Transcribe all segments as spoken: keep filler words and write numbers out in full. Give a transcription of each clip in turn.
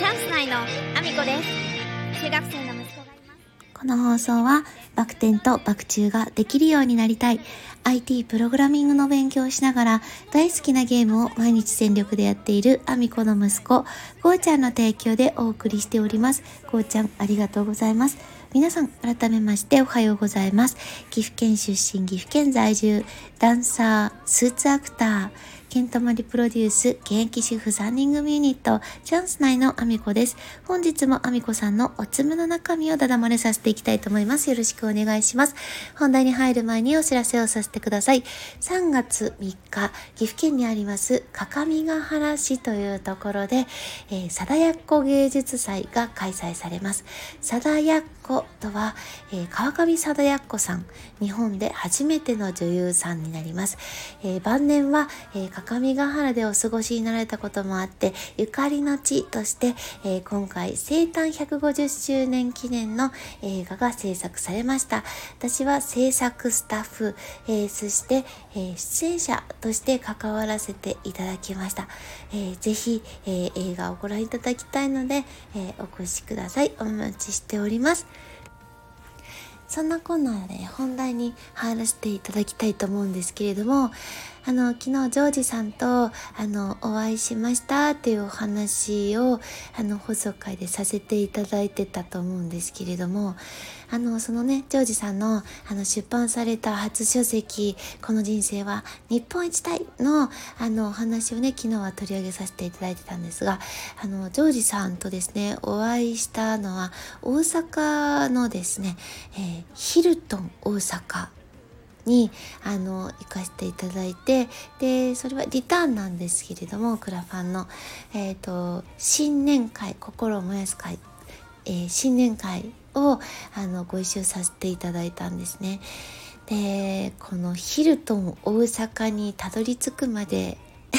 チャンス内のアミコです。中学生の息子がいます。 この放送はバク転とバク宙ができるようになりたい アイティー プログラミングの勉強をしながら大好きなゲームを毎日全力でやっているアミコの息子ゴーちゃんの提供でお送りしております。ゴーちゃんありがとうございます。皆さん改めましておはようございます。岐阜県出身、岐阜県在住、ダンサー、スーツアクター、ケントマリプロデュース、現役主婦さんにん組ユニット、チャンス内のアミコです。本日もアミコさんのおつむの中身をだだ漏れさせていきたいと思います。よろしくお願いします。本題に入る前にお知らせをさせてください。さんがつみっか、岐阜県にあります各務原市というところで、えー、貞奴芸術祭が開催されます。貞奴とは、えー、川上貞奴さん、日本で初めての女優さんになります。えー、晩年は、えー、各務原でお過ごしになられたこともあって、ゆかりの地として、えー、今回生誕ひゃくごじゅっしゅうねん記念の映画が制作されました。私は制作スタッフ、えー、そして、えー、出演者として関わらせていただきました。えー、ぜひ、えー、映画をご覧いただきたいので、えー、お越しください。お待ちしております。そんなこんなで本題に入らせていただきたいと思うんですけれども、あの昨日ジョージさんとあのお会いしましたっていうお話をあの放送回でさせていただいてたと思うんですけれども、あのそのねジョージさんのあの出版された初書籍この人生は日本一大のあのお話をね昨日は取り上げさせていただいてたんですが、あのジョージさんとですねお会いしたのは大阪のですね、えー、ヒルトン大阪にあの行かせていただいて、でそれはリターンなんですけれども、クラファンの、えーと、新年会、心を燃やす会、えー、新年会をあのご一緒させていただいたんですね。でこのヒルトン大阪にたどり着くまで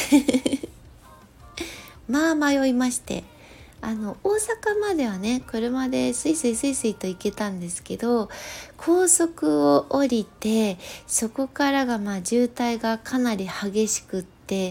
まあ迷いまして、あの大阪まではね車でスイスイスイスイと行けたんですけど、高速を降りてそこからがまあ渋滞がかなり激しくって、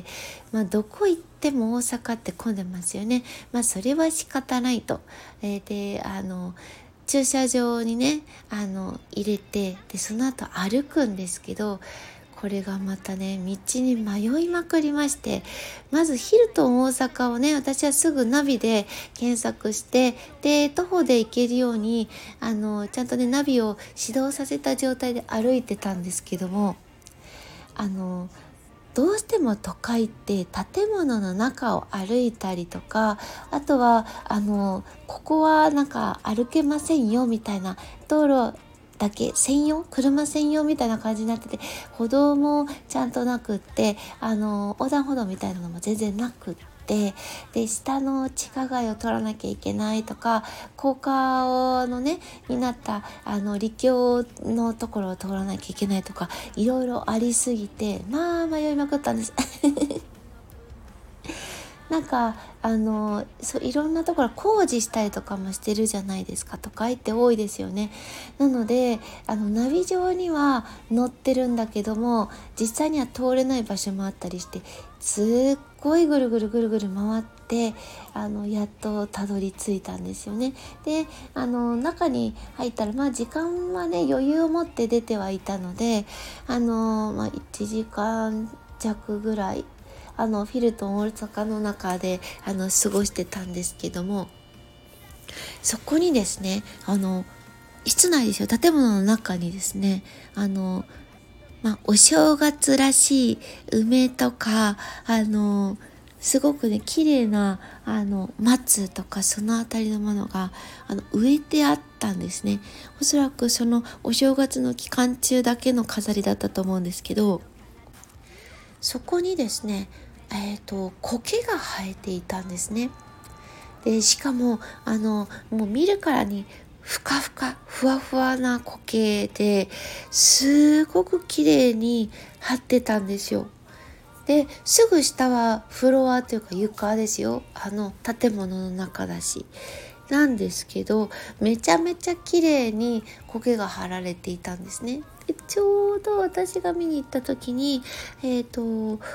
まあ、どこ行っても大阪って混んでますよね。まあそれは仕方ないと、えー、であの駐車場にねあの入れて、でその後歩くんですけど、これがまたね道に迷いまくりまして、まずヒルトン大阪をね私はすぐナビで検索して、で徒歩で行けるようにあのちゃんとねナビを指導させた状態で歩いてたんですけども、あのどうしても都会って建物の中を歩いたりとか、あとはあのここはなんか歩けませんよみたいな道路だけ専用、車専用みたいな感じになってて、歩道もちゃんとなくって、あの横断歩道みたいなのも全然なくって、で下の地下街を通らなきゃいけないとか、高架のねになったあの陸橋のところを通らなきゃいけないとか、いろいろありすぎてまあ迷いまくったんですなんかあのそういろんなところ工事したりとかもしてるじゃないですか。都会って多いですよね。なのであのナビ上には載ってるんだけども、実際には通れない場所もあったりして、すっごいぐるぐるぐるぐる回ってあのやっとたどり着いたんですよね。であの中に入ったらまあ時間はね余裕を持って出てはいたので、あの、まあ、いちじかん弱ぐらいあのフィルトン大阪の中であの過ごしてたんですけども、そこにですねあの室内ですよ、建物の中にですねあの、まあ、お正月らしい梅とかあのすごくね綺麗なあの松とかそのあたりのものがあの植えてあったんですね。おそらくそのお正月の期間中だけの飾りだったと思うんですけど、そこにですね、えーと、苔が生えていたんですね。でしかもあのもう見るからにふかふかふわふわな苔ですごく綺麗に張ってたんですよ。ですぐ下はフロアというか床ですよ。あの建物の中だしなんですけど、めちゃめちゃ綺麗に苔が張られていたんですね。でちょうど私が見に行った時に、えーと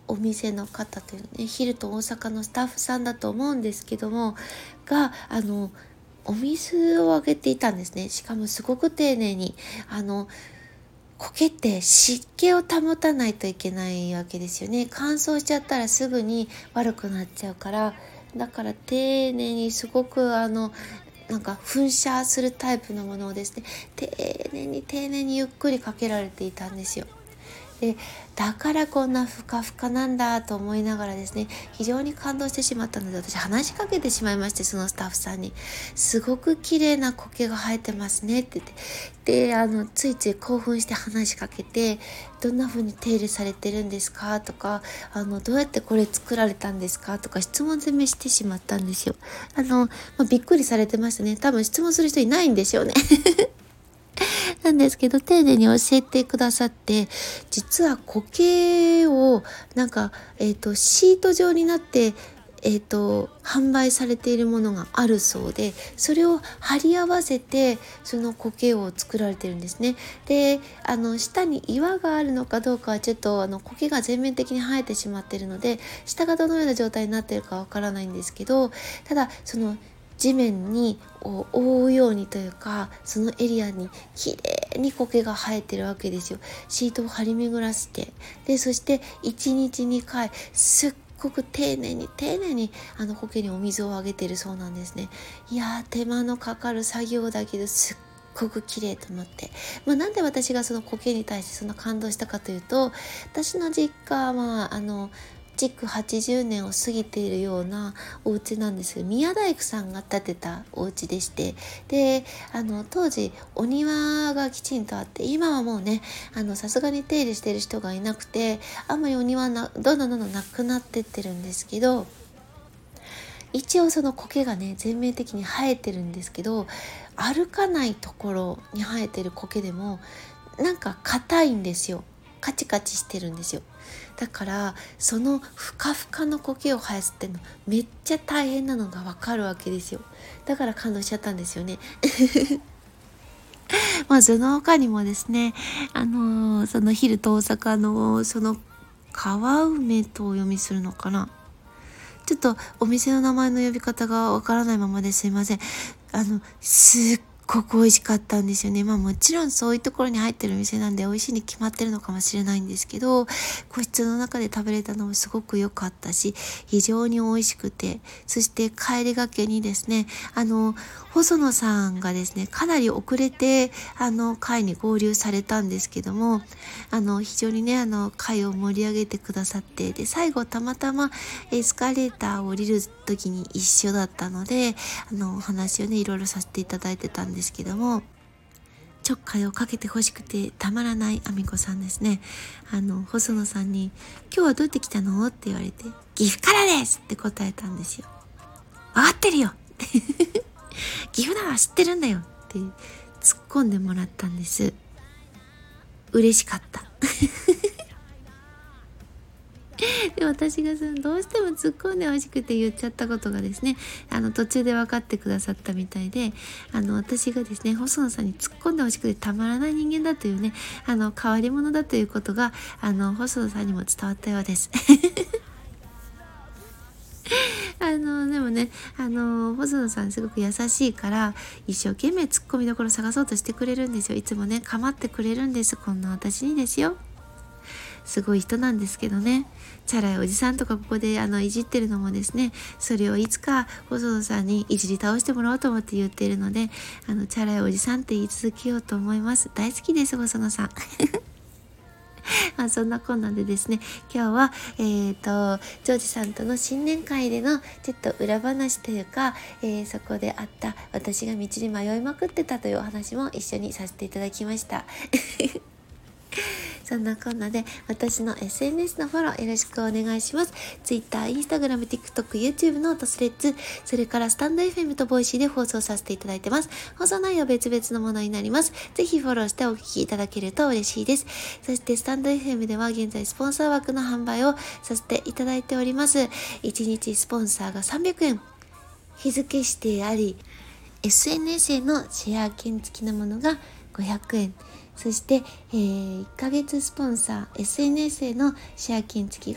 お店の方というね、ヒルトン大阪のスタッフさんだと思うんですけどもがあのお水をあげていたんですね。しかもすごく丁寧に。あの苔って湿気を保たないといけないわけですよね。乾燥しちゃったらすぐに悪くなっちゃうから、だから丁寧にすごくあのなんか噴射するタイプのものをですね、丁寧に丁寧にゆっくりかけられていたんですよ。でだからこんなふかふかなんだと思いながらですね、非常に感動してしまったので、私話しかけてしまいまして、そのスタッフさんにすごく綺麗な苔が生えてますねって言って、であのついつい興奮して話しかけて、どんな風に手入れされてるんですかとか、あのどうやってこれ作られたんですかとか質問攻めしてしまったんですよ。あの、まあ、びっくりされてましたね。多分質問する人いないんでしょうねなんですけど、丁寧に教えてくださって、実は苔をなんか、えっと、シート状になって、えっと、販売されているものがあるそうで、それを貼り合わせてその苔を作られてるんですね。で、あの下に岩があるのかどうかはちょっとあの苔が全面的に生えてしまっているので、下がどのような状態になっているかわからないんですけど、ただその地面に覆うようにというか、そのエリアにきれいに苔が生えてるわけですよ。シートを張り巡らせて、でそしていちにちにかいすっごく丁寧に丁寧にあの苔にお水をあげてるそうなんですね。いやー、手間のかかる作業だけどすっごく綺麗と思って、まあ、なんで私がその苔に対してそんな感動したかというと、私の実家はあの築はちじゅうねんを過ぎているようなお家なんですけど、宮大工さんが建てたお家でして、であの当時お庭がきちんとあって、今はもうねさすがに手入れしてる人がいなくて、あんまりお庭などんどんどんどんなくなってってるんですけど、一応その苔がね全面的に生えてるんですけど、歩かないところに生えてる苔でもなんか硬いんですよ。カチカチしてるんですよ。だからそのふかふかの苔を生やすってのめっちゃ大変なのがわかるわけですよ。だから感動しちゃったんですよねまあその他にもですね、あのー、そのヒルと大阪のその川梅とお読みするのかな、ちょっとお店の名前の呼び方がわからないままですいません。あのすっごく美味しかったんですよね。まあもちろんそういうところに入ってる店なんで美味しいに決まってるのかもしれないんですけど、個室の中で食べれたのもすごく良かったし、非常に美味しくて、そして帰りがけにですね、あの細野さんがですねかなり遅れてあの会に合流されたんですけども、あの非常にねあの会を盛り上げてくださって、で最後たまたまエスカレーターを降りる時に一緒だったので、あのお話をねいろいろさせていただいてたんですけども、ちょっかいをかけてほしくてたまらないあみこさんですね。あの細野さんに今日はどうやって来たのって言われて、岐阜からですって答えたんですよ。分かってるよ岐阜なら知ってるんだよって突っ込んでもらったんです。嬉しかったで私がそのどうしても突っ込んでほしくて言っちゃったことがですね、あの途中で分かってくださったみたいで、あの私がですね細野さんに突っ込んでほしくてたまらない人間だというね、あの変わり者だということがあの細野さんにも伝わったようですあのでもね、あの細野さんすごく優しいから一生懸命突っ込みどころ探そうとしてくれるんですよ。いつもね構ってくれるんです。こんな私にですよ。すごい人なんですけどね、チャラいおじさんとかここであのいじってるのもですね、それをいつか細野さんにいじり倒してもらおうと思って言っているので、あのチャラいおじさんって言い続けようと思います。大好きです細野さんまあそんなこんなんでですね、今日はえーとジョージさんとの新年会でのちょっと裏話というか、えー、そこであった私が道に迷いまくってたというお話も一緒にさせていただきましたそんなこんなで私の エスエヌエス のフォローよろしくお願いします。Twitter、Instagram、TikTok、YouTube ノート、スレッズ、それからスタンド エフエム とボイシーで放送させていただいてます。放送内容別々のものになります。ぜひフォローしてお聞きいただけると嬉しいです。そしてスタンド エフエム では現在スポンサー枠の販売をさせていただいております。いちにちスポンサーがさんびゃくえん、日付指定あり エスエヌエス へのシェア券付きのものがごひゃくえん、そして、えー、いっかげつスポンサー エスエヌエス へのシェア券付きが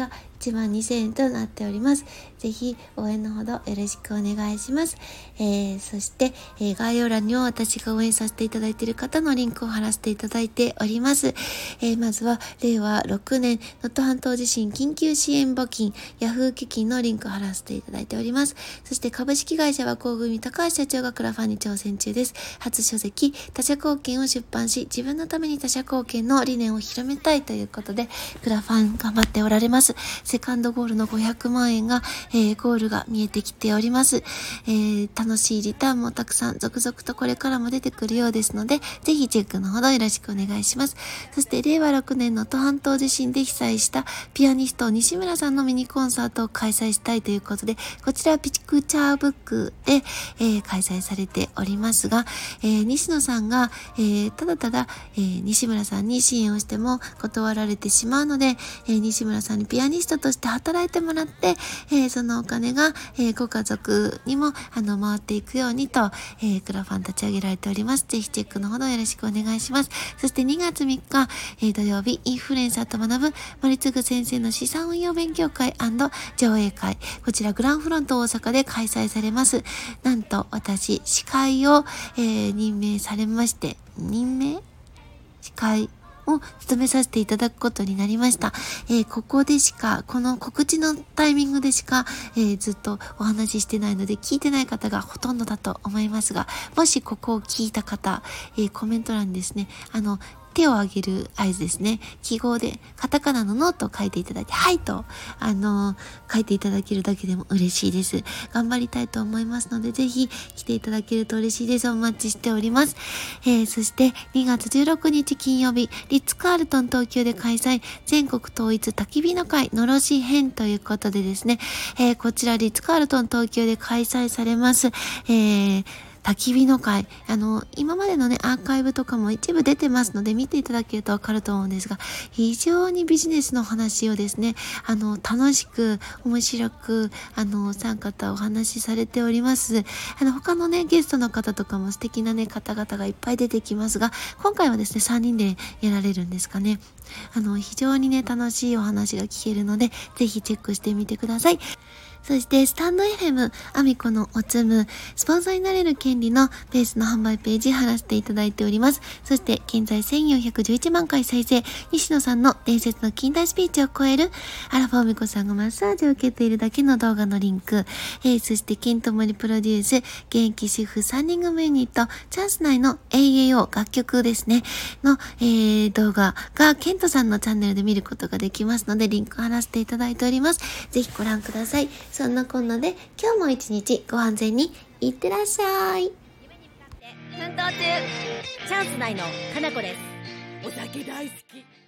ちまんにせんえんとなっております。ぜひ応援のほどよろしくお願いします。えー、そして、えー、概要欄には私が応援させていただいている方のリンクを貼らせていただいております。えー、まずはれいわろくねん能登半島地震緊急支援募金ヤフー基金のリンクを貼らせていただいております。そして株式会社は工組高橋社長がクラファンに挑戦中です。初書籍他者貢献を出版し、自分のために他者貢献の理念を広めたいということでクラファン頑張っておられます。セカンドゴールのごひゃくまんえんが、えー、ゴールが見えてきております。えー、楽しいリターンもたくさん続々とこれからも出てくるようですので、ぜひチェックのほどよろしくお願いします。そしてれいわろくねんの能登半島地震で被災したピアニスト西村さんのミニコンサートを開催したいということで、こちらはピクチャーブックで、えー、開催されておりますが、えー、西野さんが、えー、ただただ、えー、西村さんに支援をしても断られてしまうので、えー、西村さんにピアニストとして働いてもらって、えー、そのお金が、えー、ご家族にもあの回っていくようにと、えー、クラファン立ち上げられております。ぜひチェックのほどよろしくお願いします。そしてにがつみっか、えー、土曜日、インフルエンサーと学ぶ森次先生の資産運用勉強会&上映会、こちらグランフロント大阪で開催されます。なんと私司会を、えー、任命されまして、任命司会を務めさせていただくことになりました。えー、ここでしか、この告知のタイミングでしか、えー、ずっとお話ししてないので聞いてない方がほとんどだと思いますが、もしここを聞いた方、えー、コメント欄にですね、あの手を挙げる合図ですね。記号でカタカナのノートを書いていただいて、はいと、あのー、書いていただけるだけでも嬉しいです。頑張りたいと思いますので、ぜひ来ていただけると嬉しいです。お待ちしております。えー、そしてにがつじゅうろくにち金曜日、リッツカールトン東京で開催、全国統一焚き火の会のろし編ということでですね、えー、こちらリッツカールトン東京で開催されます。えー焚き火の会、あの今までのねアーカイブとかも一部出てますので見ていただけるとわかると思うんですが、非常にビジネスの話をですね、あの楽しく面白くあのお三方お話しされております。あの他のねゲストの方とかも素敵なね方々がいっぱい出てきますが、今回はですねさんにんでやられるんですかね。あの非常にね楽しいお話が聞けるので、ぜひチェックしてみてください。そして、スタンド エフエム、アミコのおつむ、スポンサーになれる権利のベースの販売ページ貼らせていただいております。そして、現在せんよんひゃくじゅういちまんかい再生、西野さんの伝説の近代スピーチを超える、アラフォーミコさんがマッサージを受けているだけの動画のリンク、えー、そして、ケントモリプロデュース、現役主婦さんにん組ユニット、チャンス内の エーエーオー 楽曲ですね、の、えー、動画が、ケントさんのチャンネルで見ることができますので、リンク貼らせていただいております。ぜひご覧ください。そんなこんなで今日も一日ご安全にいってらっしゃい。 夢に向かって奮闘中、チャンス内のかなこです。 お酒大好き。